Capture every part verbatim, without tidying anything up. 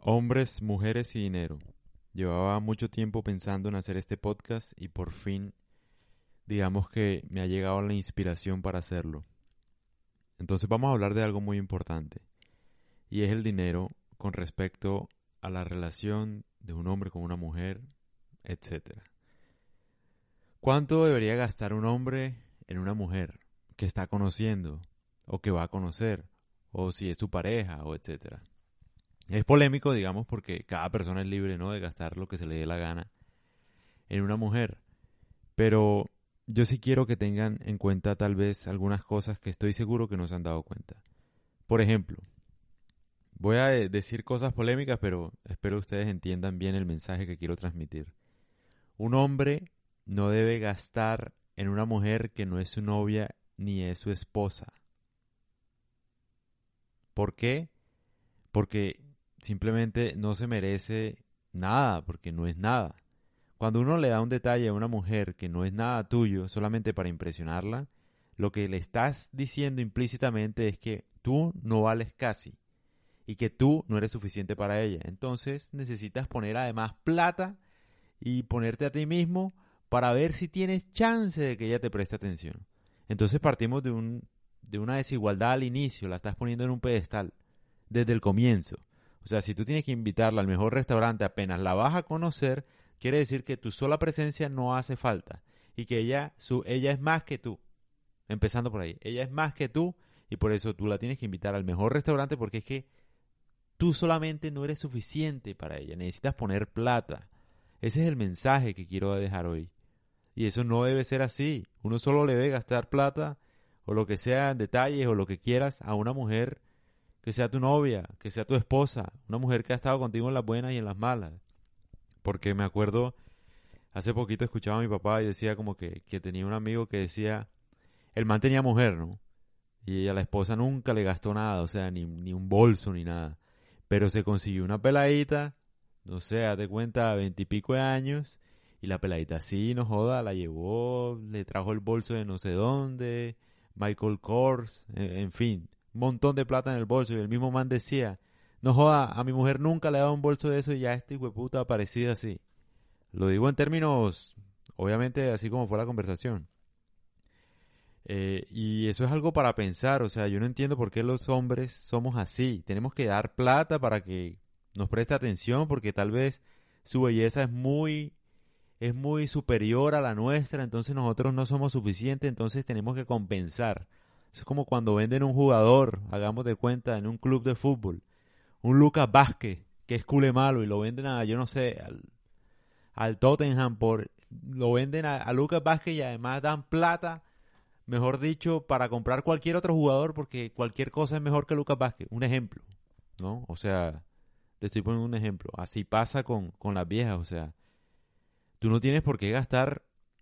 Hombres, mujeres y dinero. Llevaba mucho tiempo pensando en hacer este podcast y por fin, digamos que me ha llegado la inspiración para hacerlo. Entonces vamos a hablar de algo muy importante y es el dinero con respecto a la relación de un hombre con una mujer, etcétera. ¿Cuánto debería gastar un hombre en una mujer que está conociendo o que va a conocer o si es su pareja o etcétera? Es polémico, digamos, porque cada persona es libre, ¿no?, de gastar lo que se le dé la gana en una mujer. Pero yo sí quiero que tengan en cuenta tal vez algunas cosas que estoy seguro que no se han dado cuenta. Por ejemplo, voy a de- decir cosas polémicas, pero espero ustedes entiendan bien el mensaje que quiero transmitir. Un hombre no debe gastar en una mujer que no es su novia ni es su esposa. ¿Por qué? Porque simplemente no se merece nada, porque no es nada. Cuando uno le da un detalle a una mujer que no es nada tuyo solamente para impresionarla, lo que le estás diciendo implícitamente es que tú no vales casi y que tú no eres suficiente para ella. Entonces necesitas poner además plata y ponerte a ti mismo para ver si tienes chance de que ella te preste atención. Entonces partimos de un de una desigualdad al inicio, la estás poniendo en un pedestal desde el comienzo. O sea, si tú tienes que invitarla al mejor restaurante apenas la vas a conocer, quiere decir que tu sola presencia no hace falta y que ella, su, ella es más que tú. Empezando por ahí, ella es más que tú y por eso tú la tienes que invitar al mejor restaurante porque es que tú solamente no eres suficiente para ella. Necesitas poner plata. Ese es el mensaje que quiero dejar hoy. Y eso no debe ser así. Uno solo le debe gastar plata o lo que sea en detalles o lo que quieras a una mujer que sea tu novia, que sea tu esposa, una mujer que ha estado contigo en las buenas y en las malas. Porque me acuerdo, hace poquito escuchaba a mi papá y decía como que, que tenía un amigo que decía, el man tenía mujer, ¿no? Y a la esposa nunca le gastó nada, o sea, ni, ni un bolso ni nada. Pero se consiguió una peladita, no sé, haz de cuenta, veintipico de años, y la peladita sí, no joda, la llevó, le trajo el bolso de no sé dónde, Michael Kors, en, en fin, un montón de plata en el bolso, y el mismo man decía, no joda, a mi mujer nunca le he dado un bolso de eso y ya este hijueputa ha parecido así. Lo digo en términos, obviamente, así como fue la conversación. Eh, y eso es algo para pensar, o sea, yo no entiendo por qué los hombres somos así. Tenemos que dar plata para que nos preste atención porque tal vez su belleza es muy es muy superior a la nuestra, entonces nosotros no somos suficientes, entonces tenemos que compensar. Es como cuando venden un jugador, hagamos de cuenta, en un club de fútbol, un Lucas Vázquez, que es cule malo y lo venden a, yo no sé, al, al Tottenham por lo venden a, a Lucas Vázquez y además dan plata, mejor dicho, para comprar cualquier otro jugador porque cualquier cosa es mejor que Lucas Vázquez. Un ejemplo, ¿no? O sea, te estoy poniendo un ejemplo. Así pasa con, con las viejas, o sea, tú no tienes por qué gastar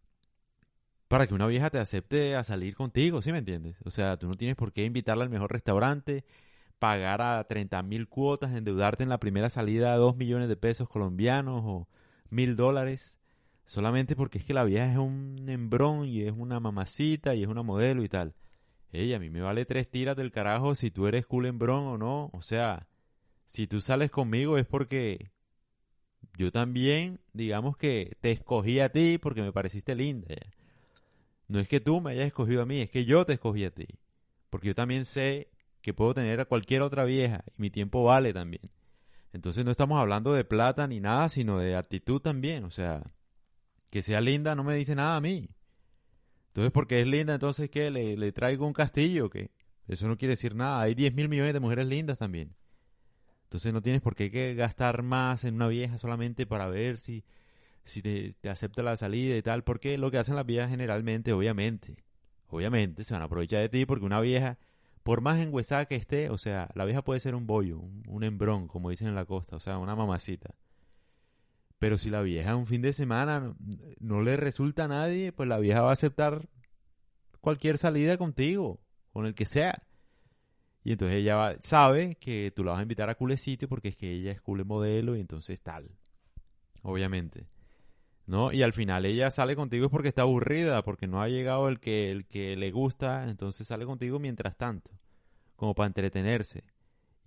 para que una vieja te acepte a salir contigo, ¿sí me entiendes? O sea, tú no tienes por qué invitarla al mejor restaurante, pagar a treinta mil cuotas, endeudarte en la primera salida a dos millones de pesos colombianos o mil dólares, solamente porque es que la vieja es un hembrón y es una mamacita y es una modelo y tal. Ey, a mí me vale tres tiras del carajo si tú eres cool hembrón o no. O sea, si tú sales conmigo es porque yo también, digamos que te escogí a ti porque me pareciste linda. Ya. No es que tú me hayas escogido a mí, es que yo te escogí a ti. Porque yo también sé que puedo tener a cualquier otra vieja y mi tiempo vale también. Entonces no estamos hablando de plata ni nada, sino de actitud también. O sea, que sea linda no me dice nada a mí. Entonces, porque es linda, entonces, ¿qué? ¿Le, le traigo un castillo o qué? Eso no quiere decir nada. Hay diez mil millones de mujeres lindas también. Entonces no tienes por qué que gastar más en una vieja solamente para ver si si te, te acepta la salida y tal, porque lo que hacen las viejas generalmente, obviamente, obviamente, se van a aprovechar de ti porque una vieja, por más engüesada que esté, o sea, la vieja puede ser un bollo, un, un hembrón, como dicen en la costa, o sea, una mamacita. Pero si la vieja un fin de semana no, no le resulta a nadie, pues la vieja va a aceptar cualquier salida contigo, con el que sea. Y entonces ella va- sabe que tú la vas a invitar a cule sitio porque es que ella es cule modelo y entonces tal, obviamente. ¿No? Y al final ella sale contigo es porque está aburrida, porque no ha llegado el que, el que le gusta, entonces sale contigo mientras tanto, como para entretenerse.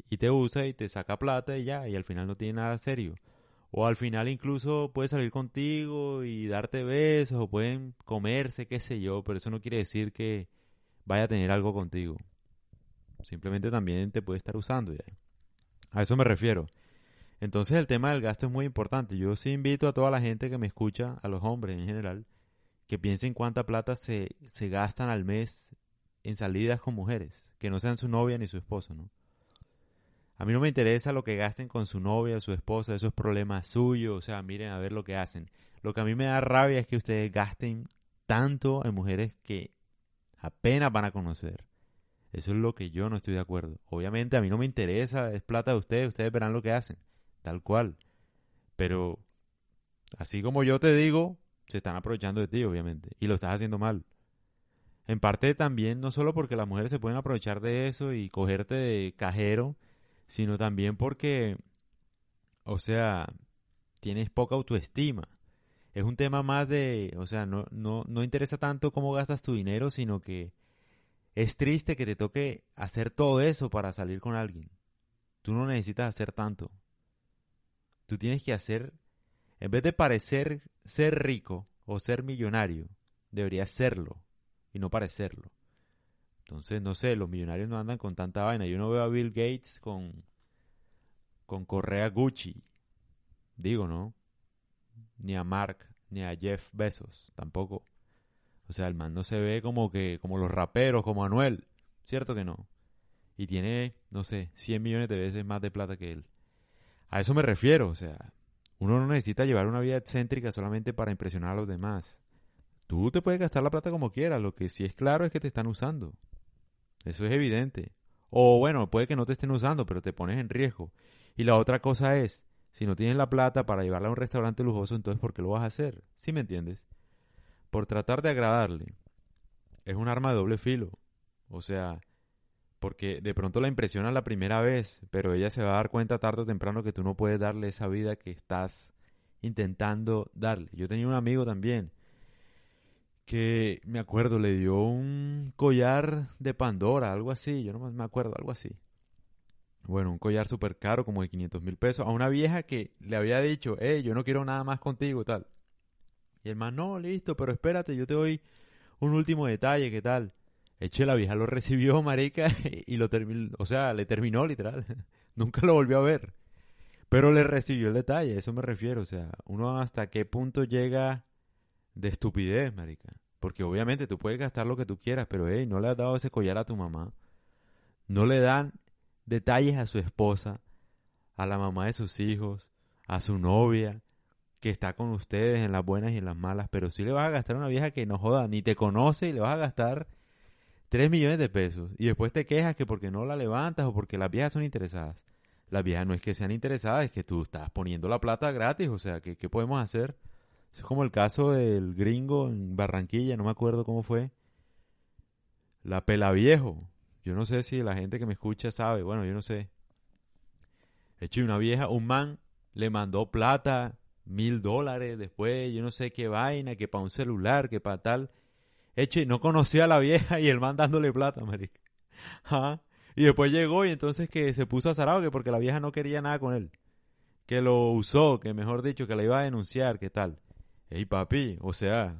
y te usa y te saca plata y ya, y al final no tiene nada serio. O al final incluso puede salir contigo y darte besos, o pueden comerse, qué sé yo, pero eso no quiere decir que vaya a tener algo contigo. Simplemente también te puede estar usando ya. A eso me refiero. Entonces el tema del gasto es muy importante. Yo sí invito a toda la gente que me escucha, a los hombres en general, que piensen cuánta plata se, se gastan al mes en salidas con mujeres, que no sean su novia ni su esposo, ¿no? A mí no me interesa lo que gasten con su novia o su esposa, eso es problema suyo, o sea, miren a ver lo que hacen. Lo que a mí me da rabia es que ustedes gasten tanto en mujeres que apenas van a conocer. Eso es lo que yo no estoy de acuerdo. Obviamente a mí no me interesa, es plata de ustedes, ustedes verán lo que hacen, tal cual. Pero así como yo te digo, se están aprovechando de ti, obviamente, y lo estás haciendo mal. En parte también, no solo porque las mujeres se pueden aprovechar de eso y cogerte de cajero, sino también porque, o sea, tienes poca autoestima. Es un tema más de, o sea, no, no, no interesa tanto cómo gastas tu dinero, sino que es triste que te toque hacer todo eso para salir con alguien. Tú no necesitas hacer tanto. Tú tienes que hacer, en vez de parecer ser rico o ser millonario, deberías serlo y no parecerlo. Entonces, no sé, los millonarios no andan con tanta vaina. Yo no veo a Bill Gates con, con correa Gucci. Digo, ¿no? Ni a Mark, ni a Jeff Bezos, tampoco. O sea, el man no se ve como que, como los raperos, como Anuel. ¿Cierto que no? Y tiene, no sé, cien millones de veces más de plata que él. A eso me refiero, o sea, uno no necesita llevar una vida excéntrica solamente para impresionar a los demás. Tú te puedes gastar la plata como quieras, lo que sí es claro es que te están usando. Eso es evidente. O bueno, puede que no te estén usando, pero te pones en riesgo. Y la otra cosa es, si no tienes la plata para llevarla a un restaurante lujoso, entonces ¿por qué lo vas a hacer? ¿Sí me entiendes? Por tratar de agradarle. Es un arma de doble filo. O sea, porque de pronto la impresionas la primera vez, pero ella se va a dar cuenta tarde o temprano que tú no puedes darle esa vida que estás intentando darle. Yo tenía un amigo también que me acuerdo, le dio un collar de Pandora, algo así, yo no me acuerdo, algo así. Bueno, un collar súper caro, como de quinientos mil pesos, a una vieja que le había dicho, hey, yo no quiero nada más contigo, tal. Y el man, no, listo, pero espérate, yo te doy un último detalle, ¿qué tal? Eche, la vieja lo recibió, marica, y lo terminó, o sea, le terminó literal. Nunca lo volvió a ver. Pero le recibió el detalle, a eso me refiero, o sea, uno hasta qué punto llega de estupidez, marica. Porque obviamente tú puedes gastar lo que tú quieras, pero hey, no le has dado ese collar a tu mamá. No le dan detalles a su esposa, a la mamá de sus hijos, a su novia, que está con ustedes en las buenas y en las malas, pero sí le vas a gastar a una vieja que no joda, ni te conoce y le vas a gastar tres millones de pesos. Y después te quejas que porque no la levantas o porque las viejas son interesadas. Las viejas no es que sean interesadas, es que tú estás poniendo la plata gratis, o sea, ¿qué, qué podemos hacer? Es como el caso del gringo en Barranquilla, no me acuerdo cómo fue. La pela viejo. Yo no sé si la gente que me escucha sabe, bueno, yo no sé. Hecho, una vieja, un man le mandó plata, mil dólares después, yo no sé qué vaina, que para un celular, que para tal. Hecho, y no conocía a la vieja y el man dándole plata, marica. Ajá. Y después llegó y entonces que se puso azarado que porque la vieja no quería nada con él. Que lo usó, que mejor dicho, que la iba a denunciar, que tal. Ey, papi, o sea,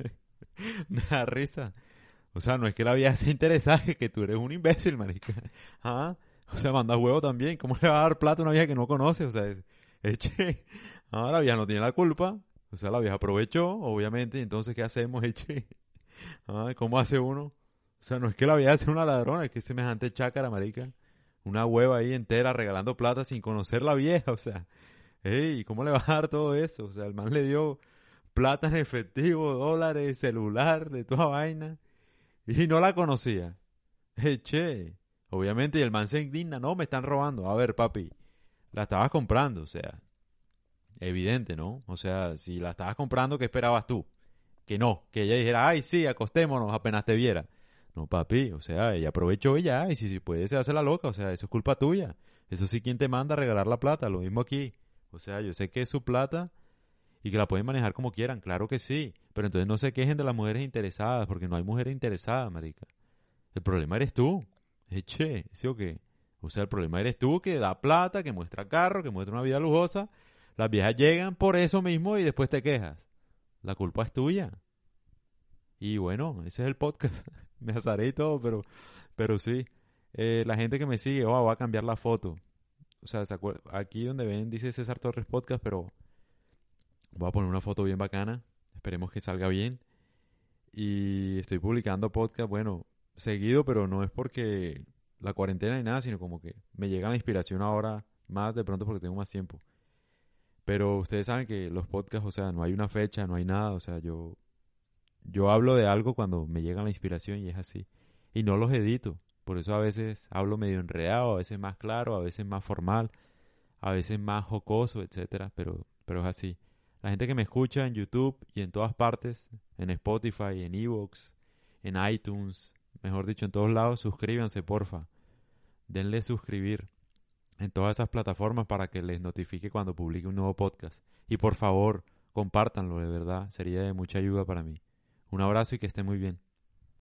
me da risa. O sea, no es que la vieja se interesada, es que tú eres un imbécil, marica. ¿Ah? O sea, manda huevo también. ¿Cómo le va a dar plata a una vieja que no conoce? O sea, es, eche. Ah, la vieja no tiene la culpa. O sea, la vieja aprovechó, obviamente. Y entonces, ¿qué hacemos, eche? Ah, ¿cómo hace uno? O sea, no es que la vieja sea una ladrona, es que es semejante chácara, marica. Una hueva ahí entera regalando plata sin conocer la vieja, o sea. Ey, ¿cómo le va a dar todo eso? O sea, el man le dio plata en efectivo, dólares, celular, de toda vaina. Y no la conocía. Eche. Obviamente, y el man se indigna. No, me están robando. A ver, papi, la estabas comprando, o sea. Evidente, ¿no? O sea, si la estabas comprando, ¿qué esperabas tú? Que no, que ella dijera, ay, sí, acostémonos apenas te viera. No, papi, o sea, ella aprovechó y ya, y si, si puede, se hace la loca, o sea, eso es culpa tuya. Eso sí, ¿quién te manda a regalar la plata? Lo mismo aquí. O sea, yo sé que es su plata y que la pueden manejar como quieran, claro que sí. Pero entonces no se quejen de las mujeres interesadas, porque no hay mujeres interesadas, marica. El problema eres tú. Eche, ¿sí o qué? O sea, el problema eres tú que da plata, que muestra carro, que muestra una vida lujosa. Las viejas llegan por eso mismo y después te quejas. La culpa es tuya. Y bueno, ese es el podcast. Me azaré y todo, pero, pero sí. Eh, la gente que me sigue, oh, voy a cambiar la foto. O sea, ¿se acuer- aquí donde ven dice César Torres Podcast, pero voy a poner una foto bien bacana. Esperemos que salga bien. Y estoy publicando podcast, bueno, seguido, pero no es porque la cuarentena ni nada, sino como que me llega la inspiración ahora más de pronto porque tengo más tiempo. Pero ustedes saben que los podcasts, o sea, no hay una fecha, no hay nada, o sea, yo yo hablo de algo cuando me llega la inspiración y es así. Y no los edito. Por eso a veces hablo medio enredado, a veces más claro, a veces más formal, a veces más jocoso, etcétera, pero pero es así. La gente que me escucha en YouTube y en todas partes, en Spotify, en Evox, en iTunes, mejor dicho, en todos lados, suscríbanse, porfa. Denle suscribir en todas esas plataformas para que les notifique cuando publique un nuevo podcast. Y por favor, compártanlo, de verdad, sería de mucha ayuda para mí. Un abrazo y que esté muy bien.